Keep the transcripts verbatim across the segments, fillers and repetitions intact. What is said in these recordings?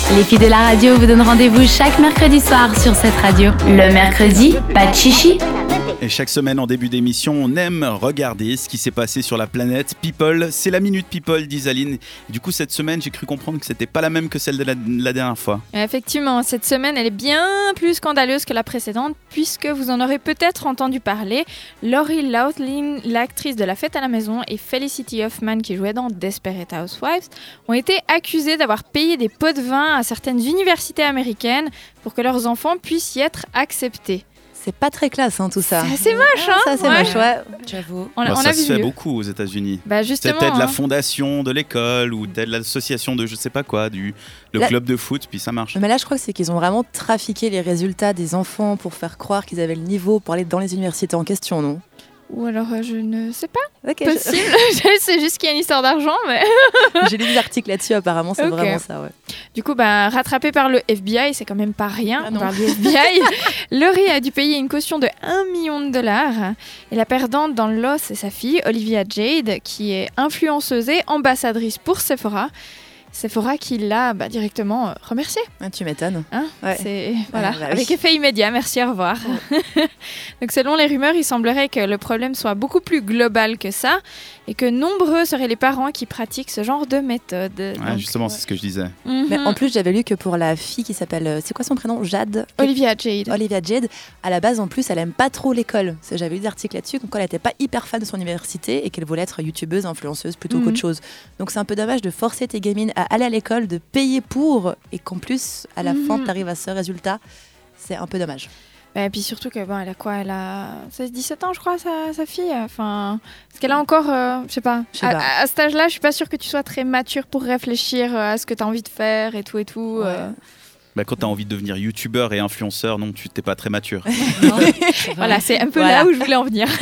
Les filles de la radio vous donnent rendez-vous chaque mercredi soir sur cette radio. Le mercredi, pas de chichi. Et chaque semaine en début d'émission, on aime regarder ce qui s'est passé sur la planète People. C'est la Minute People d'Isaline. Du coup, cette semaine, j'ai cru comprendre que c'était pas la même que celle de la, la dernière fois. Effectivement, cette semaine, elle est bien plus scandaleuse que la précédente, puisque vous en aurez peut-être entendu parler. Lori Loughlin, l'actrice de La Fête à la Maison, et Felicity Huffman, qui jouait dans Desperate Housewives, ont été accusées d'avoir payé des pots de vin à certaines universités américaines pour que leurs enfants puissent y être acceptés. C'est pas très classe, hein, tout ça. C'est assez moche, hein. C'est assez ouais. moche, ouais. J'avoue. On, bah, on ça a se vu fait mieux. beaucoup aux États-Unis. Bah justement, c'est peut-être hein. la fondation de l'école ou peut-être l'association de je sais pas quoi, du le Là... club de foot, puis ça marche. Mais là, je crois que c'est qu'ils ont vraiment trafiqué les résultats des enfants pour faire croire qu'ils avaient le niveau pour aller dans les universités en question, non ? Ou alors, euh, je ne sais pas. Ok. Possible. Je... c'est juste qu'il y a une histoire d'argent, mais... J'ai lu des articles là-dessus, apparemment, c'est okay. vraiment ça, ouais. Du coup, bah, rattrapé par le F B I, c'est quand même pas rien. Ah on parle du F B I. Lori a dû payer une caution de un million de dollars. Et la perdante dans le lot, c'est sa fille, Olivia Jade, qui est influenceuse et ambassadrice pour Sephora. Sephora qui l'a bah, directement euh, remercié. Ah, tu m'étonnes. Hein ouais. C'est, voilà, ah, bah, avec oui. effet immédiat, merci, au revoir. Ouais. Donc selon les rumeurs, il semblerait que le problème soit beaucoup plus global que ça et que nombreux seraient les parents qui pratiquent ce genre de méthode. Ouais, Donc, justement, ouais. c'est ce que je disais. Mm-hmm. Mais en plus, j'avais lu que pour la fille qui s'appelle, c'est quoi son prénom ? Jade ? Olivia Jade. Olivia Jade, à la base, en plus, elle aime pas trop l'école. J'avais lu des articles là-dessus, comme quoi elle était pas hyper fan de son université et qu'elle voulait être youtubeuse, influenceuse plutôt mm-hmm. qu'autre chose. Donc c'est un peu dommage de forcer tes gamines à aller à l'école, de payer pour, et qu'en plus, à la mm-hmm. fin, tu arrives à ce résultat. C'est un peu dommage. Et puis surtout que bon, elle a quoi ? Elle a seize dix-sept ans, je crois, sa, sa fille. Enfin, parce qu'elle a encore, euh, je sais pas, je sais à, pas. À, à cet âge-là, je suis pas sûre que tu sois très mature pour réfléchir à ce que tu as envie de faire et tout et tout. Ouais. Euh. Bah, quand tu as envie de devenir youtubeur et influenceur, non, tu t'es pas très mature. Non, c'est voilà, c'est un peu voilà. là où je voulais en venir.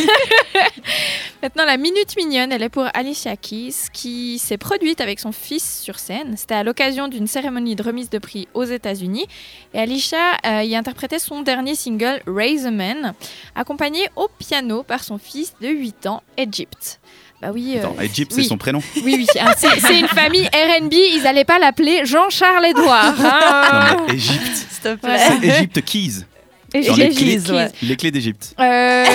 Maintenant, la Minute Mignonne, elle est pour Alicia Keys, qui s'est produite avec son fils sur scène. C'était à l'occasion d'une cérémonie de remise de prix aux États-Unis. Et Alicia euh, y interprétait son dernier single, Raise a Man, accompagné au piano par son fils de huit ans, Egypt. Bah oui, Attends, euh, Egypt, oui. c'est son prénom. Oui, oui, hein, c'est, c'est une famille R and B, ils n'allaient pas l'appeler Jean-Charles Édouard. Hein. Non, mais Egypt, s'il te plaît. Ouais. c'est Egypt Keys. Et Genre j'ai les clés, Keys, ouais. les clés d'Égypte. Euh...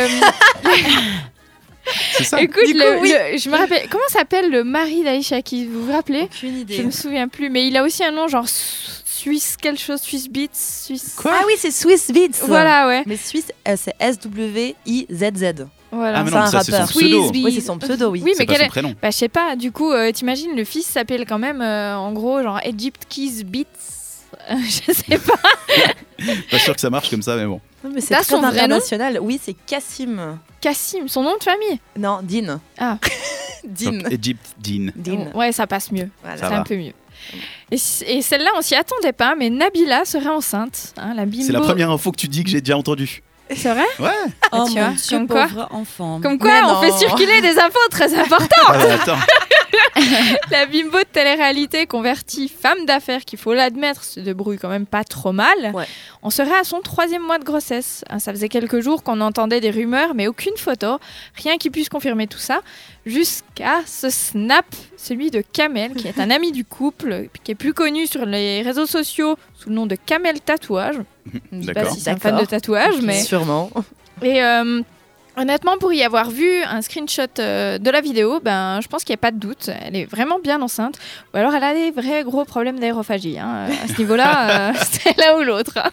C'est ça. Écoute, Du coup, le, oui. le, je me rappelle, comment s'appelle le mari d'Alicia Keys ? Vous vous rappelez ? Aucune idée. Je me souviens plus, mais il a aussi un nom genre Suisse quelque chose, Suisse Beats, Suisse. Quoi ? Ah oui, c'est Swiss Beats. Voilà, ouais. Mais Suisse, euh, c'est S W I Z Z. Voilà. Ah mais c'est non, un mais ça c'est son rappeur. pseudo. Squeeze. Oui, c'est son pseudo, oui. Oui, C'est mais pas quel son est... prénom. Bah, je sais pas, du coup, euh, t'imagines, le fils s'appelle quand même, euh, en gros, genre Egypt Keys Beats. Je sais pas. Pas sûr que ça marche comme ça, mais bon. Non, mais c'est T'as très son vrai nom ? international. Oui, c'est Cassim. Cassim, son nom de famille. Non, Dean. Ah. Dean. Donc, Egypt Dean. Dean. Ouais, ça passe mieux. Voilà. Ça C'est va. un peu mieux. Et, et celle-là, on s'y attendait pas, mais Nabila serait enceinte. Hein, la bimbo. C'est la première info que tu dis que j'ai déjà entendue. C'est vrai ? Ouais. Oh tu mon vois, Dieu, comme quoi pauvre enfant. Comme quoi, Mais on non. fait circuler des infos très importantes. Ah, bah, attends. La bimbo de télé-réalité convertie femme d'affaires, qu'il faut l'admettre, se débrouille quand même pas trop mal. Ouais. On serait à son troisième mois de grossesse. Hein, ça faisait quelques jours qu'on entendait des rumeurs, mais aucune photo, rien qui puisse confirmer tout ça, jusqu'à ce snap, celui de Kamel, qui est un ami du couple, qui est plus connu sur les réseaux sociaux sous le nom de Kamel Tatouage. Je sais pas D'accord. si c'est un fan de D'accord. tatouage, mais... Sûrement. Et euh, honnêtement, pour y avoir vu un screenshot euh, de la vidéo, ben, je pense qu'il n'y a pas de doute. Elle est vraiment bien enceinte. Ou alors elle a des vrais gros problèmes d'aérophagie. Hein. À ce niveau-là, euh, c'est l'un ou l'autre. Hein.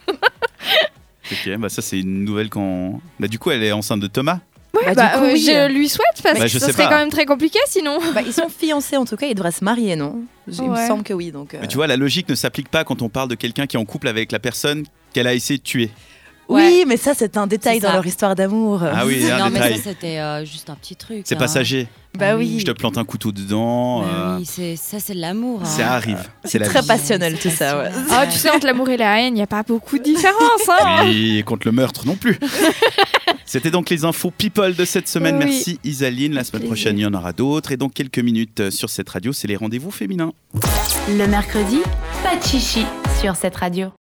Ok, bah ça c'est une nouvelle qu'on. Bah du coup, elle est enceinte de Thomas. Ouais, Bah, bah, du coup, euh, oui. je lui souhaite parce Bah, que je ce sais serait pas. quand même très compliqué sinon. Bah, ils sont fiancés en tout cas, ils devraient se marier, non ? Il me Ouais. semble que oui. Donc, euh, Mais tu vois, la logique ne s'applique pas quand on parle de quelqu'un qui est en couple avec la personne qu'elle a essayé de tuer. Oui, Ouais. mais ça, c'est un détail C'est dans ça. leur histoire d'amour. Ah oui, un Non, mais détail. ça, c'était euh, juste un petit truc. C'est hein. passager. Bah Ah oui. Je te plante un couteau dedans. Bah euh, oui, c'est, ça, c'est de l'amour. hein. Ça arrive. C'est la très vie. passionnel C'est tout ça, ouais. passionnel. Ah, tu sais, entre l'amour et la haine, il n'y a pas beaucoup de différence. Hein. Et contre le meurtre non plus. C'était donc les infos People de cette semaine. Oui. Merci Isaline. La semaine plaisir. prochaine, il y en aura d'autres. Et dans quelques minutes euh, sur cette radio, c'est les rendez-vous féminins. Le mercredi, pas de chichi sur cette radio.